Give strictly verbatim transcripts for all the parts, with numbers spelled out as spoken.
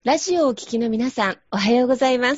ラジオをお聞きの皆さん、おはようございます。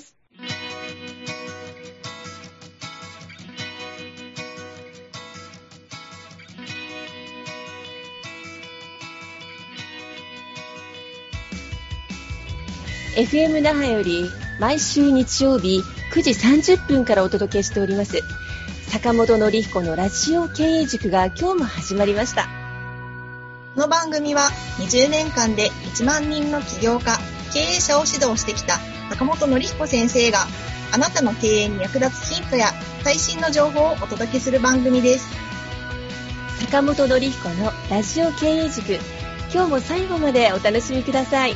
エフエム 那覇より毎週日曜日くじさんじゅっぷんからお届けしております坂本典彦のラジオ経営塾が今日も始まりました。 この番組はにじゅうねんかんでいちまんにんの起業家、経営者を指導してきた坂本典彦先生があなたの経営に役立つヒントや最新の情報をお届けする番組です。 坂本典彦のラジオ経営塾、今日も最後までお楽しみください。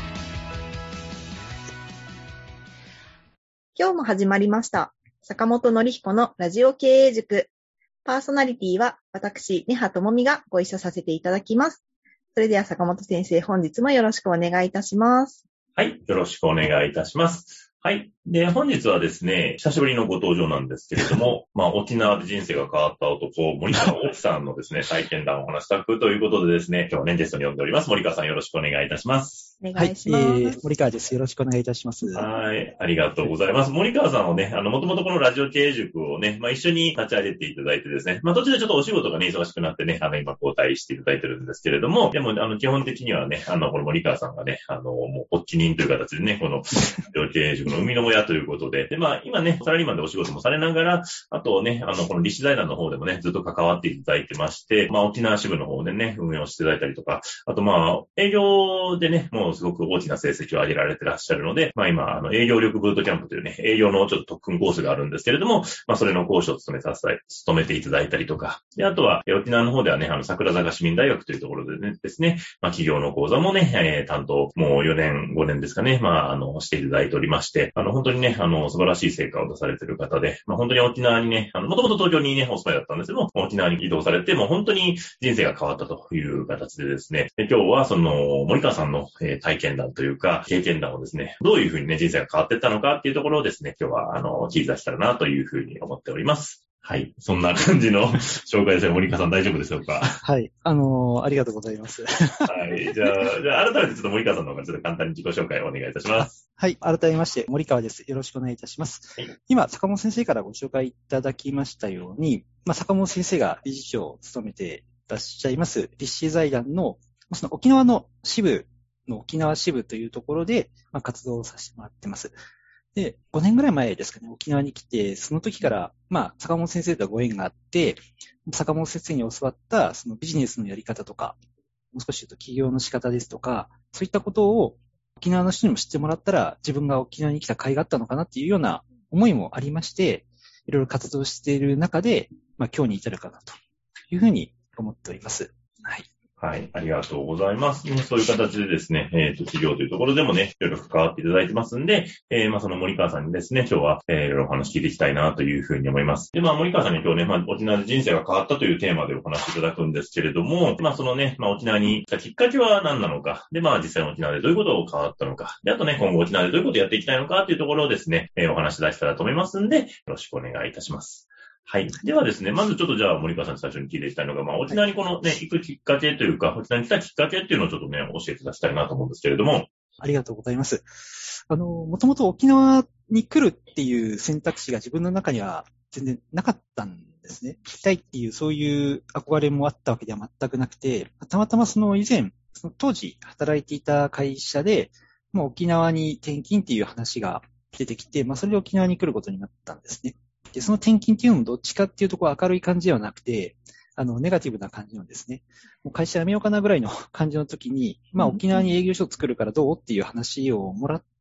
今日も始まりました坂本典彦のラジオ経営塾。パーソナリティは私根葉智美がご一緒させていただきます。それでは坂本先生、本日もよろしくお願いいたします。 はい、よろしくお願いいたします。はい。で、本日はですね、久しぶりのご登場なんですけれども、まあ、沖縄で人生が変わった男、森川奥さんのですね、体験談をお話したくということでですね、今日はね、ゲストに呼んでおります。森川さん、よろしくお願いいたします。 お願いします。はい、えー、森川です。よろしくお願いいたします。 はい。ありがとうございます。森川さんをね、あの、もともとこのラジオ経営塾をね、まあ、一緒に立ち上げていただいてですね、まあ、途中でちょっとお仕事がね、忙しくなってね、あの、今交代していただいてるんですけれども、でも、あの、基本的にはね、あの、この森川さんがね、あの、もう、発起人という形でね、この、ラジオ経営塾の生みの親ということで、で、まあ、今ね、サラリーマンでお仕事もされながら、あとね、あの、この立志財団の方でもね、ずっと関わっていただいてまして、まあ、沖縄支部の方でね、運営をしていただいたりとか、あとまあ、営業でね、もうすごく大きな成績を上げられてらっしゃるので、まあ今、あの、営業力ブートキャンプというね、営業のちょっと特訓コースがあるんですけれども、まあ、それの講師を務めさせて、務めていただいたりとか、で、あとは、沖縄の方ではね、あの、桜坂市民大学というところでね、ですね、まあ、企業の講座もね、えー、担当、もうよねん、ごねんですかね、まあ、あの、していただいておりまして、あの、本当にね、あの、素晴らしい成果を出されている方で、まあ、本当に沖縄にね、あの、もともと東京にね、お住まいだったんですけども、沖縄に移動されて、もう本当に人生が変わったという形でですね、で今日はその、森川さんの、えー、体験談というか、経験談をですね、どういうふうにね、人生が変わっていったのかっていうところをですね、今日は、あの、聞いていただけたらなというふうに思っております。はい。そんな感じの紹介ですね。森川さん大丈夫でしょうか？ はい。あのー、ありがとうございます。 はい。じゃあ、じゃあ改めてちょっと森川さんの方からちょっと簡単に自己紹介をお願いいたします。 はい。改めまして、森川です。よろしくお願いいたします。はい、今、坂本先生からご紹介いただきましたように、まあ、坂本先生が理事長を務めていらっしゃいます、立志財団の、その沖縄の支部の沖縄支部というところで、まあ、活動をさせてもらってます。で、ごねんぐらい前ですかね、沖縄に来て、その時から、まあ、坂本先生とはご縁があって、坂本先生に教わった、そのビジネスのやり方とか、もう少し言うと起業の仕方ですとか、そういったことを沖縄の人にも知ってもらったら、自分が沖縄に来た甲斐があったのかなっていうような思いもありまして、いろいろ活動している中で、まあ、今日に至るかなというふうに思っております。はい。 はい。ありがとうございます。そういう形でですね、えっと、企業というところでもね、いろいろ関わっていただいてますんで、えー、まあ、その森川さんにですね、今日は、えー、いろいろお話聞いていきたいなというふうに思います。で、まあ、森川さんに今日ね、まあ、沖縄で人生が変わったというテーマでお話しいただくんですけれども、まあ、そのね、まあ、沖縄に来たきっかけは何なのか、で、まあ、実際に沖縄でどういうことが変わったのか、で、あとね、今後沖縄でどういうことをやっていきたいのかというところをですね、えー、お話しいただけたらと思いますんで、よろしくお願いいたします。はい。ではですね、まずちょっとじゃあ森川さんに最初に聞いていきたいのが、まあ沖縄にこのね、行くきっかけというか、沖縄に来たきっかけっていうのをちょっとね、教えていただきたいなと思うんですけれども。 ありがとうございます。あの、もともと沖縄に来るっていう選択肢が自分の中には全然なかったんですね。来たいっていうそういう憧れもあったわけでは全くなくて、たまたまその以前、その当時働いていた会社で、まあ、沖縄に転勤っていう話が出てきて、まあそれで沖縄に来ることになったんですね。で、その転勤っていうのもどっちかっていうとこう明るい感じではなくて、あの、ネガティブな感じのですね、もう会社辞めようかなぐらいの感じの時に、まあ沖縄に営業所を作るからどうっていう話をもらって、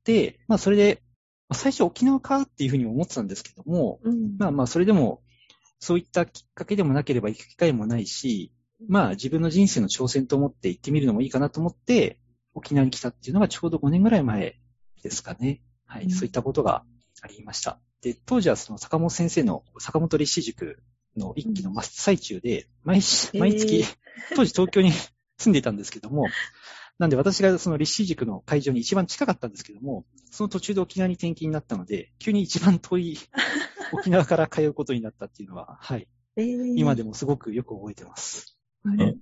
まあそれで、最初沖縄かっていうふうに思ってたんですけども、うん、まあまあそれでも、そういったきっかけでもなければ行く機会もないし、まあ自分の人生の挑戦と思って行ってみるのもいいかなと思って、沖縄に来たっていうのがちょうどごねんぐらい前ですかね。はい、うん、そういったことがありました。で、当時はその坂本先生の坂本立志塾の一期の真っ最中で、毎毎月、当時東京に住んでいたんですけども、なんで私がその立志塾の会場に一番近かったんですけども、その途中で沖縄に転勤になったので、急に一番遠い沖縄から通うことになったっていうのは、はい。今でもすごくよく覚えてます。 はい。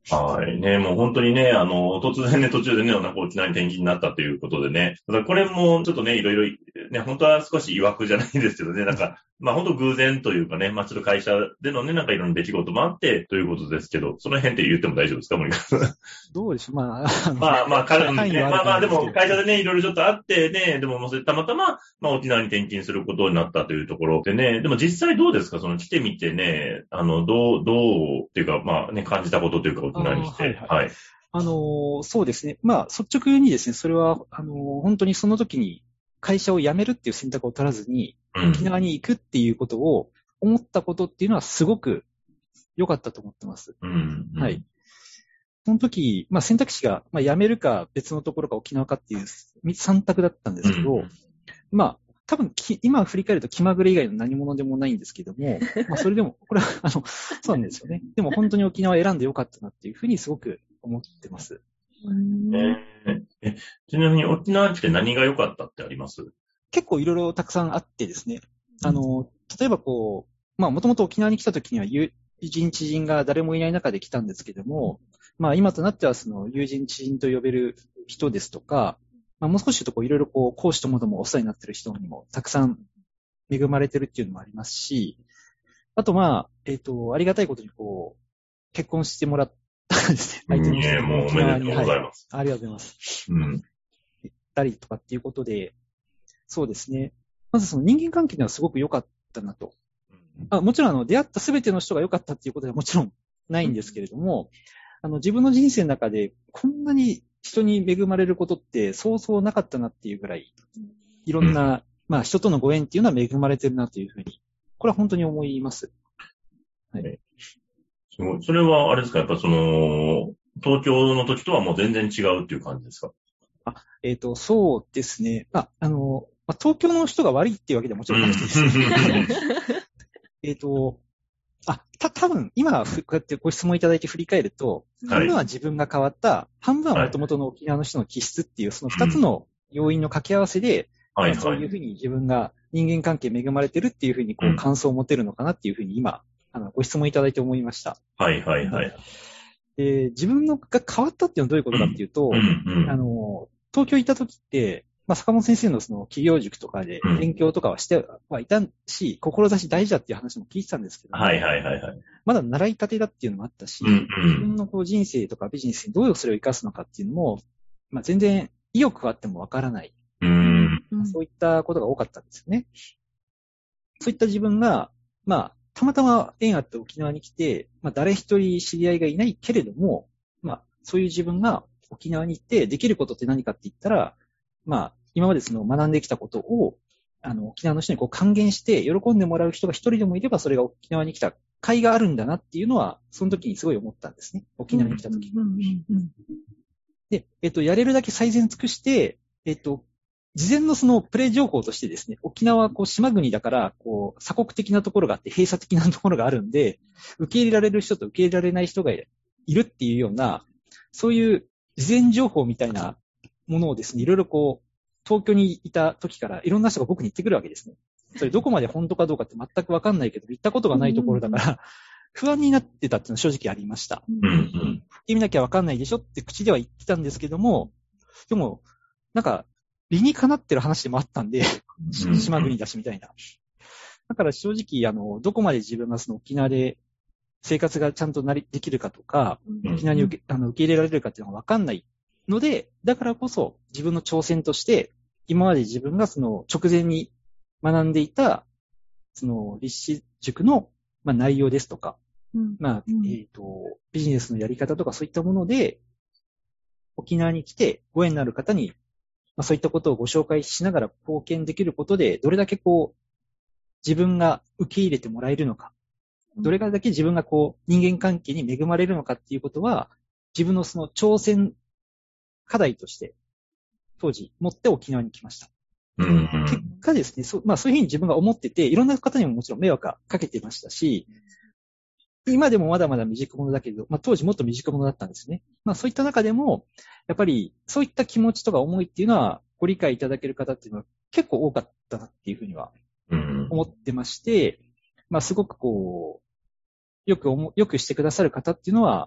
はい。ね、もう本当にね、あの、突然ね、途中でね、なんか沖縄に転勤になったということでね。ただこれもちょっとね、いろいろ、ね、本当は少し曰くじゃないんですけどね、なんか、まあ本当偶然というかね、まあちょっと会社でのね、なんかいろんな出来事もあってということですけど、その辺って言っても大丈夫ですか、森川さん。 どうでしょう、まあ、あのまあまあ、彼のね、 範囲はまあまあでもると思うんすけど会社でね、いろいろちょっとあってね、でももうそれたまたま、まあ沖縄に転勤することになったというところでね、でも実際どうですか、その来てみてね、あの、どう、どうっていうか、まあね、感じたことというか沖縄に来て。 あーはいはいはい。 あのーそうですね。まあ、率直にですね、それは、あのー本当にその時に会社を辞めるっていう選択を取らずに、 うん沖縄に行くっていうことを思ったことっていうのはすごく良かったと思ってます。 うん。うんはい。。その時、まあ選択肢が、まあ辞めるか別のところか沖縄かっていうさん択だったんですけど、 うんまあ、多分き、今振り返ると気まぐれ以外の何者でもないんですけども、まあそれでも、これは、あの、そうなんですよね。でも本当に沖縄を選んでよかったなっていうふうにすごく思ってます。 ええちなみに沖縄って何が良かったってあります？ 結構いろいろたくさんあってですね。あの、例えばこう、まあもともと沖縄に来た時には友人知人が誰もいない中で来たんですけども、まあ今となってはその友人知人と呼べる人ですとか、まあもう少し言うとこういろいろこう講師ともどもお世話になってる人にもたくさん恵まれてるっていうのもありますし、あとまあ、えっと、ありがたいことにこう、結婚してもらったんですね。相手の人ね、 ともうおめでとうございます。 はい、ありがとうございます。 うん。 行ったりとかっていうことで、そうですね。まずその人間関係ではすごく良かったなと。あもちろんあの出会ったすべての人が良かったっていうことではもちろんないんですけれども、あの自分の人生の中でこんなに人に恵まれることってそうそうなかったなっていうぐらい、いろんな、まあ人とのご縁っていうのは恵まれてるなというふうに、これは本当に思います。はい。 すごい。それはあれですか、やっぱその、東京の時とはもう全然違うっていう感じですか？ あ、えっと、そうですね。あ、あの、まあ、東京の人が悪いっていうわけではもちろんなくてですね。えっと、あ、た、多分今、ふこうやってご質問いただいて振り返ると、 はい半分は自分が変わった、半分は元々の沖縄の人の気質っていう、その二つの要因の掛け合わせで、 はいまあそうはい。 いうふうに自分が人間関係恵まれてるっていうふうにこううん感想を持てるのかなっていうふうに今、あの、ご質問いただいて思いました。 はいはいはい。 で、自分のが変わったっていうのはどういうことかっていうと、 うんうん。 あの、東京行った時って、まあ、坂本先生のその企業塾とかでうん勉強とかはしてはいたし、志大事だっていう話も聞いてたんですけども、 はいはいはいはい。 まだ習いたてだっていうのもあったし、 うん自うん。 分のこう人生とかビジネスにどうそれを生かすのかっていうのも、まあ、全然意欲があってもわからない、 うーん。 そういったことが多かったんですよね。そういった自分が、まあ、たまたま縁あって沖縄に来て、まあ、誰一人知り合いがいないけれども、まあ、そういう自分が沖縄に行ってできることって何かって言ったら、まあ、今までその学んできたことを、あの、沖縄の人にこう還元して喜んでもらう人が一人でもいれば、それが沖縄に来た甲斐があるんだなっていうのは、その時にすごい思ったんですね。沖縄に来た時。で、えっと、やれるだけ最善尽くして、えっと、事前のそのプレイ情報としてですね、沖縄はこう島国だから、こう鎖国的なところがあって閉鎖的なところがあるんで、受け入れられる人と受け入れられない人がいるっていうような、そういう事前情報みたいなものをですね、いろいろこう、東京にいた時からいろんな人が僕に言ってくるわけですね。それどこまで本当かどうかって全くわかんないけど、行ったことがないところだから、不安になってたっていうのは正直ありました。 うんうん。 行ってみなきゃわかんないでしょって口では言ってたんですけども、でも、なんか、理にかなってる話でもあったんで、島国だしみたいな。だから正直、あの、どこまで自分がその沖縄で生活がちゃんとなり、できるかとか、沖縄に受け、あの、受け入れられるかっていうのがわかんないので、だからこそ自分の挑戦として、今まで自分がその直前に学んでいた、その立志塾の、まあ、内容ですとか、まあ、えっと、ビジネスのやり方とかそういったもので、沖縄に来てご縁のある方に、まあ、そういったことをご紹介しながら貢献できることで、どれだけこう、自分が受け入れてもらえるのか、どれだけ自分がこう、人間関係に恵まれるのかっていうことは、自分のその挑戦課題として、当時持って沖縄に来ました。 うんうん、 結果ですね、そう、まあそういうふうに自分が思ってて、いろんな方にももちろん迷惑かけてましたし、今でもまだまだ未熟者だけど、まあ当時もっと未熟者だったんですね。まあそういった中でも、やっぱりそういった気持ちとか思いっていうのはご理解いただける方っていうのは結構多かったなっていうふうには思ってまして、まあすごくこう、よく思、よくしてくださる方っていうのは、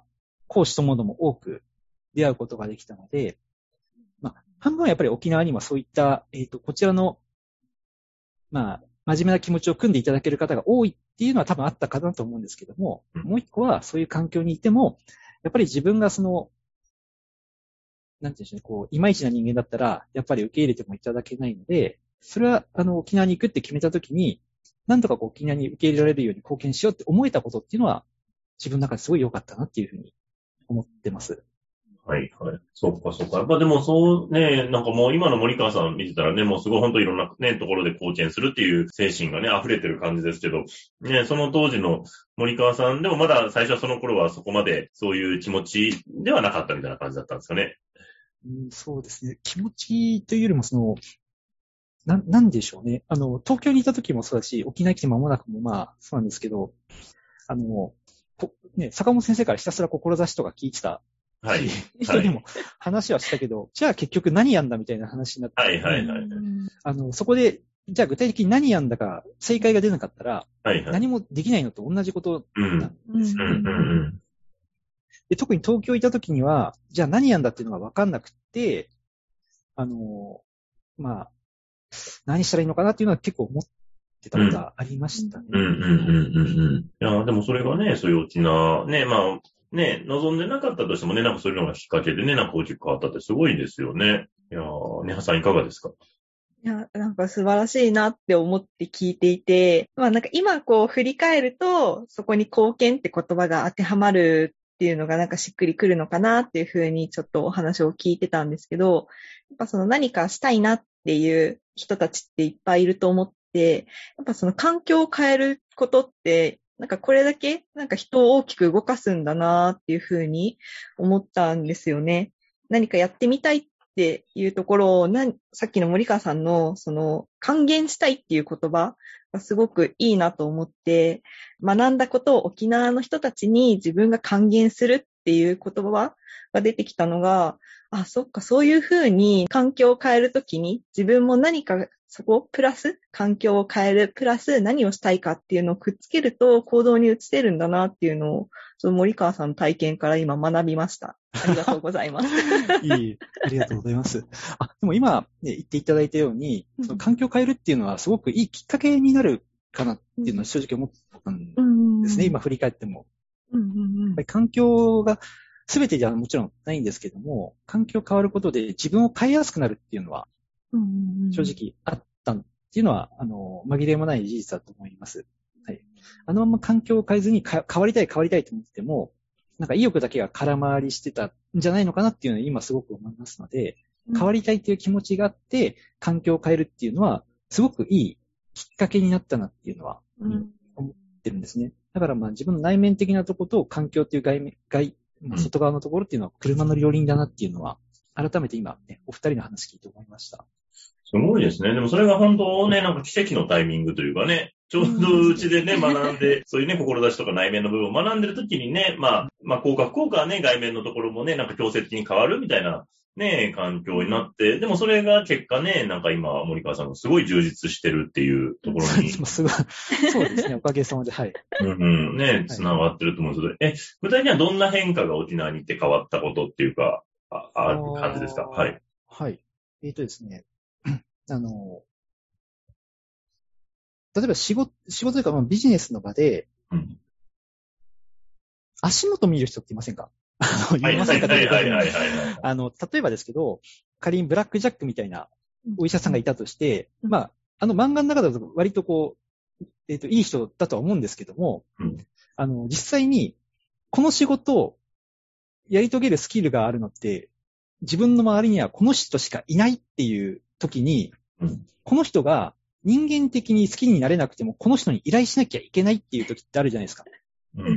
講師ともども多く出会うことができたので、まあ、半分はやっぱり沖縄にもそういった、えっと、こちらの、まあ、真面目な気持ちを組んでいただける方が多いっていうのは多分あったかなと思うんですけども、 うん、 もう一個はそういう環境にいても、やっぱり自分がその、なんていうんでしょうね、こう、いまいちな人間だったら、やっぱり受け入れてもいただけないので、それは、あの、沖縄に行くって決めたときに、なんとかこう沖縄に受け入れられるように貢献しようって思えたことっていうのは、自分の中ですごい良かったなっていうふうに思ってます。 はいはい。そっかそっか。やっぱでもそうね、なんかもう今の森川さん見てたらね、もうすごい本当いろんなね、ところで貢献するっていう精神がね、溢れてる感じですけど、ね、その当時の森川さんでもまだ最初はその頃はそこまでそういう気持ちではなかったみたいな感じだったんですかね。 うん、そうですね。気持ちというよりもその、な、なんでしょうね。あの、東京にいた時もそうだし、沖縄に来て間もなくもまあ、そうなんですけど、あの、こね、坂本先生からひたすら志とか聞いてた。 はい。 人にも話はしたけど、はい、じゃあ結局何やんだみたいな話になって、 はいはいはい。 あの、そこで、じゃあ具体的に何やんだか正解が出なかったら、はいはい、何もできないのと同じことなんですよね。うんうんうん、で特に東京いた時には、じゃあ何やんだっていうのが分かんなくて、あの、まあ、何したらいいのかなっていうのは結構思ってたことがありましたね。 うんうんうんうんうん。いや、でもそれがね、そういう大きな、ね、まあ、ね、望んでなかったとしてもね、なんかそういうのがきっかけでね、なんか大きく変わったってすごいですよね。いやー、ねはさんいかがですか？ いや、なんか素晴らしいなって思って聞いていて、まあなんか今こう振り返ると、そこに貢献って言葉が当てはまるっていうのがなんかしっくりくるのかなっていうふうにちょっとお話を聞いてたんですけど、やっぱその何かしたいなっていう人たちっていっぱいいると思って、やっぱその環境を変えることって、なんかこれだけなんか人を大きく動かすんだなっていうふうに思ったんですよね。何かやってみたいっていうところを、なさっきの森川さんのその還元したいっていう言葉がすごくいいなと思って、学んだことを沖縄の人たちに自分が還元するっていう言葉が出てきたのが、あ、そっか、そういうふうに環境を変えるときに自分も何かそこプラス環境を変えるプラス何をしたいかっていうのをくっつけると行動に移せるんだなっていうのをその森川さんの体験から今学びました。ありがとうございます。 いい、ありがとうございます。あ、でも今、ね、言っていただいたように、その環境を変えるっていうのはすごくいいきっかけになるかなっていうのは正直思ったんですね。うん、今振り返っても。うんうんうん、やっぱり環境が全てじゃもちろんないんですけども、環境変わることで自分を変えやすくなるっていうのは、正直あったっていうのは、あの、紛れもない事実だと思います。はい。あのまま環境を変えずに変わりたい変わりたいと思っても、なんか意欲だけが空回りしてたんじゃないのかなっていうのは今すごく思いますので、変わりたいっていう気持ちがあって、環境を変えるっていうのは、すごくいいきっかけになったなっていうのは、思ってるんですね。だからまあ自分の内面的なところと環境っていう外面、外、まあ、外側のところっていうのは車の両輪だなっていうのは、改めて今ね、お二人の話聞いて思いました。 すごいですね。でもそれが本当ね、なんか奇跡のタイミングというかね、ちょうどうちでね、学んで、そういうね、志とか内面の部分を学んでるときにね、まあ、まあ、効果不効果はね、外面のところもね、なんか強制的に変わるみたいな、ね、環境になって、でもそれが結果ね、なんか今、森川さんがすごい充実してるっていうところに。 すごい。そうですね、おかげさまで、はい。 うんうん、ね、繋がってると思うんですけど、はい、え、具体的にはどんな変化が沖縄に行って変わったことっていうか、あ、ある感じですか？はい。 はい。えっとですね、あの、例えば仕事、仕事というか、まあ、ビジネスの場で、うん、足元見る人っていませんか？あの、言いませんか？あの、例えばですけど、仮にブラックジャックみたいなお医者さんがいたとして、うん、まあ、あの漫画の中だと割とこう、えっと、いい人だとは思うんですけども、うん、あの、実際に、この仕事をやり遂げるスキルがあるのって、自分の周りにはこの人しかいないっていう時に、うん、この人が人間的に好きになれなくても、この人に依頼しなきゃいけないっていう時ってあるじゃないですか。うん、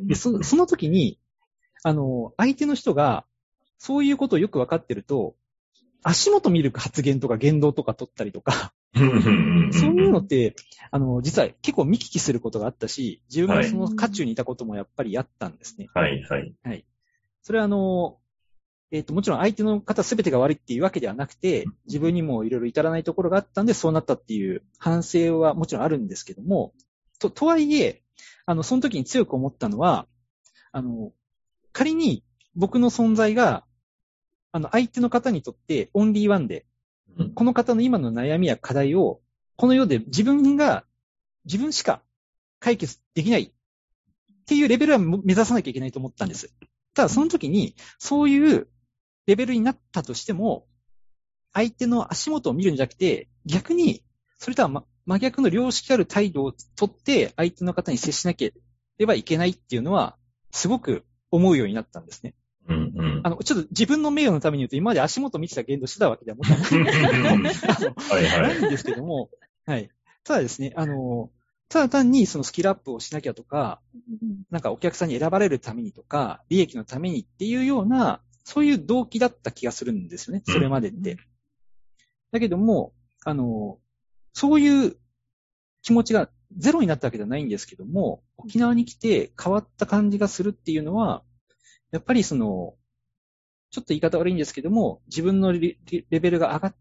で そ, その時に、あの、相手の人が、そういうことをよくわかってると、足元見る発言とか言動とか取ったりとか、そういうのって、あの、実は結構見聞きすることがあったし、自分がその渦中にいたこともやっぱりあったんですね。 はい、はい。 はい。それはあの、えっと、もちろん相手の方すべてが悪いっていうわけではなくて、自分にもいろいろ至らないところがあったんで、そうなったっていう反省はもちろんあるんですけども、と、とはいえ、あの、その時に強く思ったのは、あの、 仮に僕の存在が、あの、相手の方にとってオンリーワンで、 うん、 この方の今の悩みや課題を、この世で自分が、自分しか解決できないっていうレベルは目指さなきゃいけないと思ったんです。ただその時に、そういうレベルになったとしても、相手の足元を見るんじゃなくて、逆に、それとは、ま、真逆の良識ある態度をとって、相手の方に接しなければいけないっていうのは、すごく思うようになったんですね。 うんうん、 あの、ちょっと自分の名誉のために言うと、今まで足元を見てた言動してたわけではもちろんはいはい、 ないんですけども、はい。ただですね、あの、ただ単にそのスキルアップをしなきゃとか、なんかお客さんに選ばれるためにとか、利益のためにっていうような、そういう動機だった気がするんですよね、それまでって。うん、だけども、あの、そういう気持ちがゼロになったわけではないんですけども、沖縄に来て変わった感じがするっていうのは、やっぱりその、ちょっと言い方悪いんですけども、自分のレベルが上がって、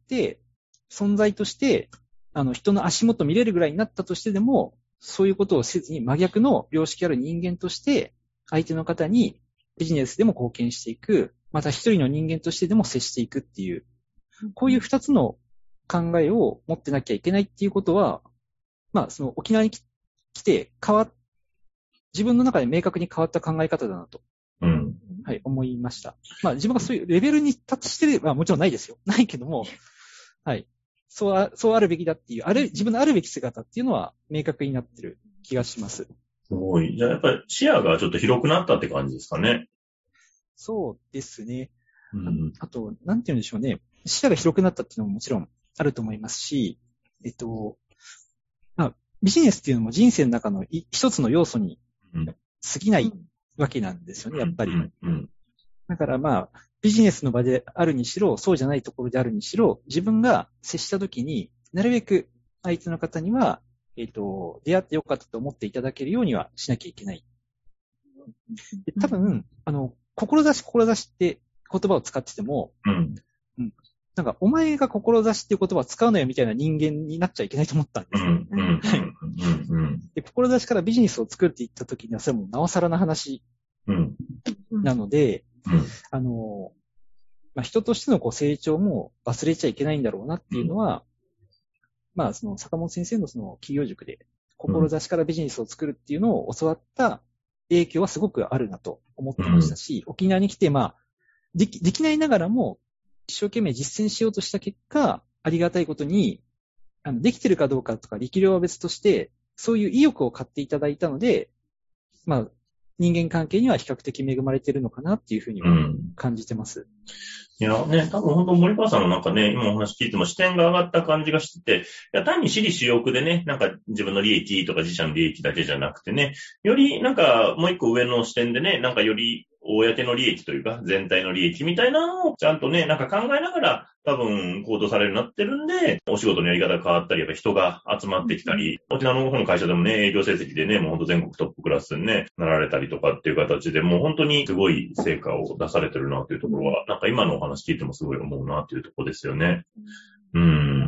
存在として、あの、人の足元見れるぐらいになったとしてでも、そういうことをせずに真逆の良識ある人間として、相手の方にビジネスでも貢献していく、また一人の人間としてでも接していくっていう、こういう二つの考えを持ってなきゃいけないっていうことは、まあ、その沖縄に来て変わっ、自分の中で明確に変わった考え方だなと。 うん。 はい、思いました。まあ、自分がそういうレベルに達してれば、もちろんないですよ。ないけども、はい。そうあ、そうあるべきだっていう、ある、自分のあるべき姿っていうのは明確になってる気がします。 すごい。じゃあやっぱり視野がちょっと広くなったって感じですかね。 そうですね。 うん、 あ, あと、なんて言うんでしょうね。視野が広くなったっていうのももちろんあると思いますし、えっと、まあ、ビジネスっていうのも人生の中の一つの要素に過ぎないわけなんですよね、やっぱり。 うんうん、 だからまあ、ビジネスの場であるにしろ、そうじゃないところであるにしろ、自分が接したときに、なるべく相手の方には、えっと、出会ってよかったと思っていただけるようにはしなきゃいけない。で多分、あの、志、志って言葉を使ってても、 うんうん、なんか、お前が志っていう言葉を使うのよみたいな人間になっちゃいけないと思ったんですね。 うんうんうん、 で、志からビジネスを作るって言ったときには、それもなおさらな話なので、 うん、 あの、まあ、人としてのこう成長も忘れちゃいけないんだろうなっていうのは、うん、まあ、その坂本先生のその企業塾で、志からビジネスを作るっていうのを教わった影響はすごくあるなと思ってましたし、うん、沖縄に来て、まあ、でき、できないながらも、一生懸命実践しようとした結果、ありがたいことに、あの、できてるかどうかとか力量は別として、そういう意欲を買っていただいたので、まあ、人間関係には比較的恵まれてるのかなっていうふうには感じてます。 うん、いやね、多分本当森川さんのなんかね、今お話聞いても視点が上がった感じがしてて、いや単に私利私欲でね、なんか自分の利益とか自社の利益だけじゃなくてね、よりなんかもう一個上の視点でね、なんかより公の利益というか全体の利益みたいなのをちゃんとね、なんか考えながら多分行動されるようになってるんで、お仕事のやり方が変わったり、やっぱ人が集まってきたり、沖縄の方の会社でもね、営業成績でね、もう本当全国トップクラスにね、なられたりとかっていう形で、もう本当にすごい成果を出されてるなというところは、なんか今のお話聞いてもすごい思うなというところですよね。うん。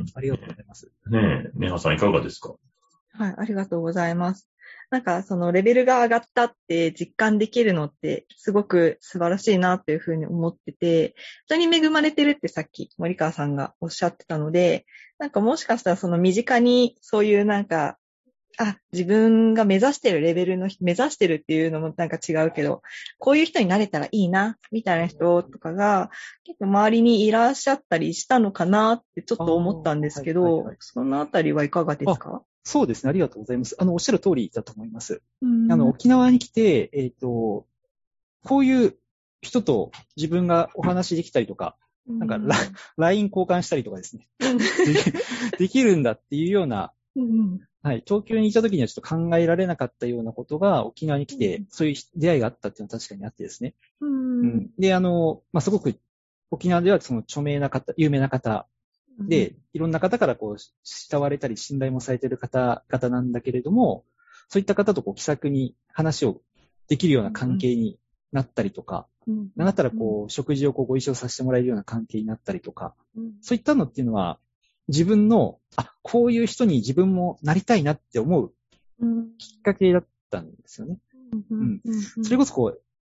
ありがとうございます。 ねえ、ねはさんいかがですか？ はい、ありがとうございます。なんかそのレベルが上がったって実感できるのってすごく素晴らしいなというふうに思ってて、人に恵まれてるってさっき森川さんがおっしゃってたので、なんかもしかしたらその身近にそういうなんか、あ、自分が目指してるレベルの人、目指してるっていうのもなんか違うけど、こういう人になれたらいいな、みたいな人とかが結構周りにいらっしゃったりしたのかなってちょっと思ったんですけど、はいはいはい、そのあたりはいかがですか？ そうですね。ありがとうございます。あの、おっしゃる通りだと思います。あの、沖縄に来て、えっと、こういう人と自分がお話できたりとか、なんか、ライン 交換したりとかですね。で, できるんだっていうような、はい、東京にいた時にはちょっと考えられなかったようなことが沖縄に来て、そういう出会いがあったっていうのは確かにあってですね。うん、で、あの、まあ、すごく沖縄ではその著名な方、有名な方、で、いろんな方からこう、慕われたり信頼もされている方々なんだけれども、そういった方とこう気さくに話をできるような関係になったりとか、うん、なんだったらこう、食事をこうご一緒させてもらえるような関係になったりとか、うん、そういったのっていうのは、自分の、あ、こういう人に自分もなりたいなって思うきっかけだったんですよね。うんうん、それこそこう、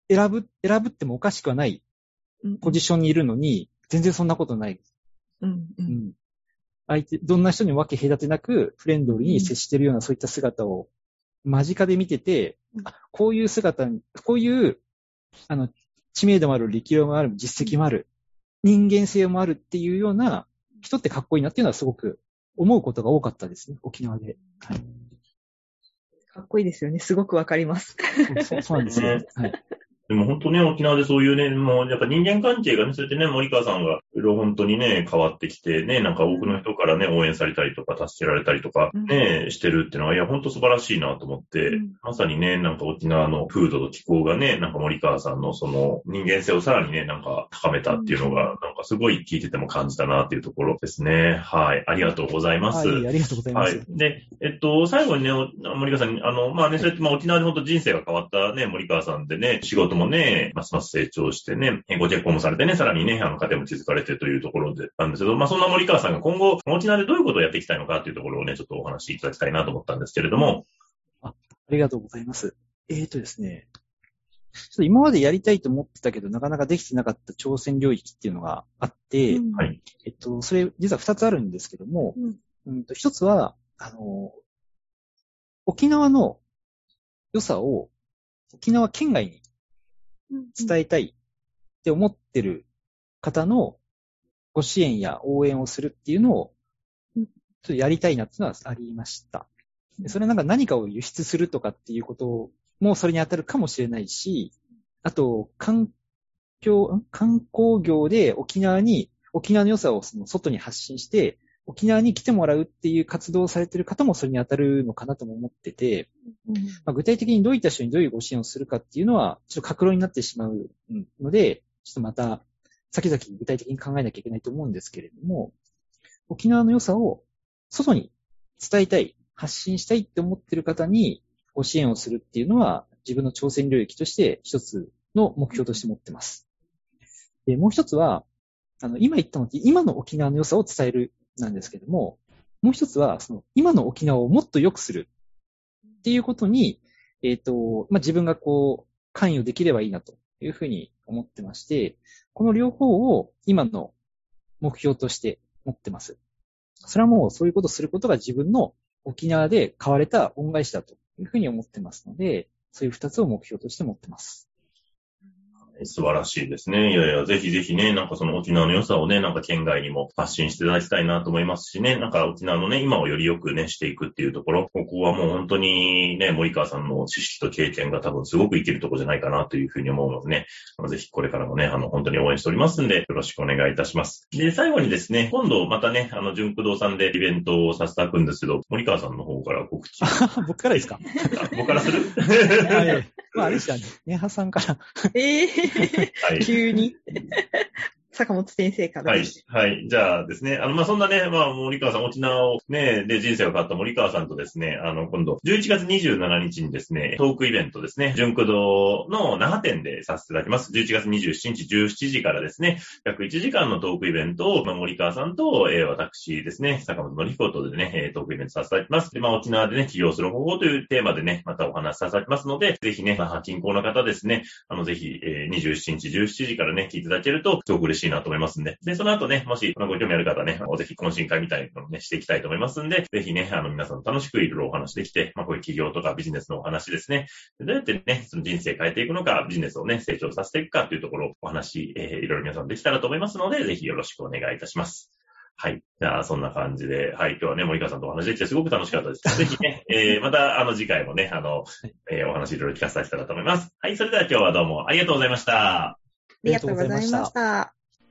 選ぶ、選ぶってもおかしくはないポジションにいるのに、全然そんなことない。 うんうんうん、相手、どんな人にも分け隔てなく、フレンドリーに接してるような、そういった姿を間近で見てて、 うん、 あ、こういう姿に、こういう、あの、知名度もある、力量もある、実績もある、人間性もあるっていうような人ってかっこいいなっていうのはすごく思うことが多かったですね、沖縄で。はい、 かっこいいですよね。すごくわかります。 そう、そうなんですよ。はい。 でも本当ね、沖縄でそういうね、もうやっぱ人間関係がね、そうやってね、森川さんがいろいろ本当にね、変わってきてね、なんか多くの人からね、応援されたりとか、助けられたりとか、ね、うん、してるっていうのは、いや、本当素晴らしいなと思って、うん、まさにね、なんか沖縄の風土と気候がね、なんか森川さんのその人間性をさらにね、なんか高めたっていうのが、なんかすごい聞いてても感じたなっていうところですね。はい。ありがとうございます。 はい、ありがとうございます。 はい。で、えっと、最後にね、森川さんに、あの、まあね、そうやってまあ沖縄で本当人生が変わったね、森川さんでね、仕事もね、ますます成長してね、ご結婚もされてね、さらにね、あの、家庭も築かれてというところでなんですけど、まあそんな森川さんが今後、沖縄でどういうことをやっていきたいのかというところをね、ちょっとお話しいただきたいなと思ったんですけれども。 あ、ありがとうございます。えーとですね、ちょっと今までやりたいと思ってたけど、なかなかできてなかった挑戦領域っていうのがあって、うん、はい。えっと、それ、実は二つあるんですけども、うん、うんと一つは、あの、沖縄の良さを沖縄県外に伝えたいって思ってる方のご支援や応援をするっていうのを、ちょっとやりたいなっていうのはありました。それなんか何かを輸出するとかっていうこともそれに当たるかもしれないし、あと、環境、観光業で沖縄に、沖縄の良さをその外に発信して、沖縄に来てもらうっていう活動をされている方もそれに当たるのかなとも思ってて、うんまあ、具体的にどういった人にどういうご支援をするかっていうのは、ちょっと格論になってしまうので、ちょっとまた、先々具体的に考えなきゃいけないと思うんですけれども、沖縄の良さを外に伝えたい、発信したいって思っている方にご支援をするっていうのは、自分の挑戦領域として一つの目標として持ってます。で、もう一つは、あの、今言ったのって、今の沖縄の良さを伝えるなんですけども、もう一つは、その、今の沖縄をもっと良くするっていうことに、えっと、まあ、自分がこう、関与できればいいなというふうに思ってまして、この両方を今の目標として持ってます。それはもうそういうことをすることが自分の沖縄で買われた恩返しだというふうに思ってますので、そういう二つを目標として持ってます。 素晴らしいですね。いやいや、ぜひぜひね、なんかその沖縄の良さをね、なんか県外にも発信していただきたいなと思いますしね、なんか沖縄のね、今をよりよくね、していくっていうところ、ここはもう本当にね、森川さんの知識と経験が多分すごく生きるところじゃないかなというふうに思うのでね、ぜひこれからもね、あの、本当に応援しておりますんで、よろしくお願いいたします。で、最後にですね、今度またね、あの、純駆動さんでイベントをさせていただくんですけど、森川さんの方から告知。 僕からですか？ 僕からするはい。まあ、あれでしたね。ネハさんから。 ええーはい、急に。坂本先生からはい。はい。じゃあですね。あの、まあ、そんなね、まあ、森川さん、沖縄をね、で人生が変わった森川さんとですね、あの、今度、じゅういちがつにじゅうしちにちにですね、トークイベントですね、純駆動の那覇店でさせていただきます。じゅういちがつにじゅうしちにちじゅうしちじからですね、約いちじかんのトークイベントを、まあ、森川さんと、えー、私ですね、坂本典彦とでね、トークイベントさせていただきます。で、まあ、沖縄でね、起業する方法というテーマでね、またお話しさせていただきますので、ぜひね、那覇近郊の方ですね、あの、ぜひ、えー、にじゅうしちにちじゅうしちじからね、聞いていただけると、すごく嬉しいなと思いますんで。で、その後ね、もし、ご興味ある方ね、ぜひ懇親会みたいなのをね、していきたいと思いますんで、ぜひね、あの、皆さん楽しくいろいろお話できて、まあ、こういう企業とかビジネスのお話ですね。どうやってね、その人生変えていくのか、ビジネスをね、成長させていくかというところをお話、えー、いろいろ皆さんできたらと思いますので、ぜひよろしくお願いいたします。はい。じゃあ、そんな感じで、はい。今日はね、森川さんとお話できてすごく楽しかったです。ぜひね、えー、また、あの、次回もね、あの、えー、お話いろいろ聞かせていただけたらと思います。はい。それでは今日はどうもありがとうございました。 ありがとうございました。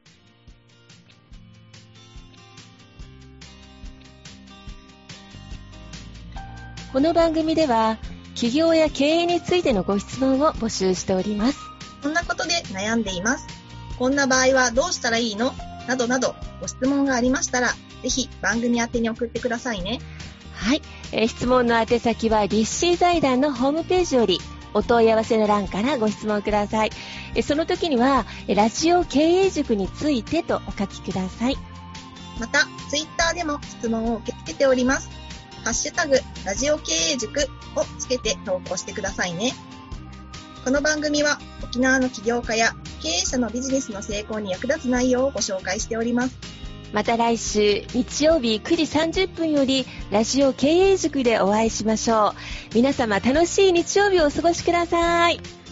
この番組では起業や経営についてのご質問を募集しております。 こんなことで悩んでいます。こんな場合はどうしたらいいの？などなどご質問がありましたら、ぜひ番組宛てに送ってくださいね。 はい、えー、質問の宛先は立志財団のホームページよりお問い合わせの欄からご質問ください。えー、その時にはラジオ経営塾についてとお書きください。 またツイッターでも質問を受け付けております。ハッシュタグラジオ経営塾をつけて投稿してくださいね。 この番組は沖縄の起業家や経営者のビジネスの成功に役立つ内容をご紹介しております。 また来週日曜日くじさんじゅっぷんよりラジオ経営塾でお会いしましょう。皆様楽しい日曜日をお過ごしください。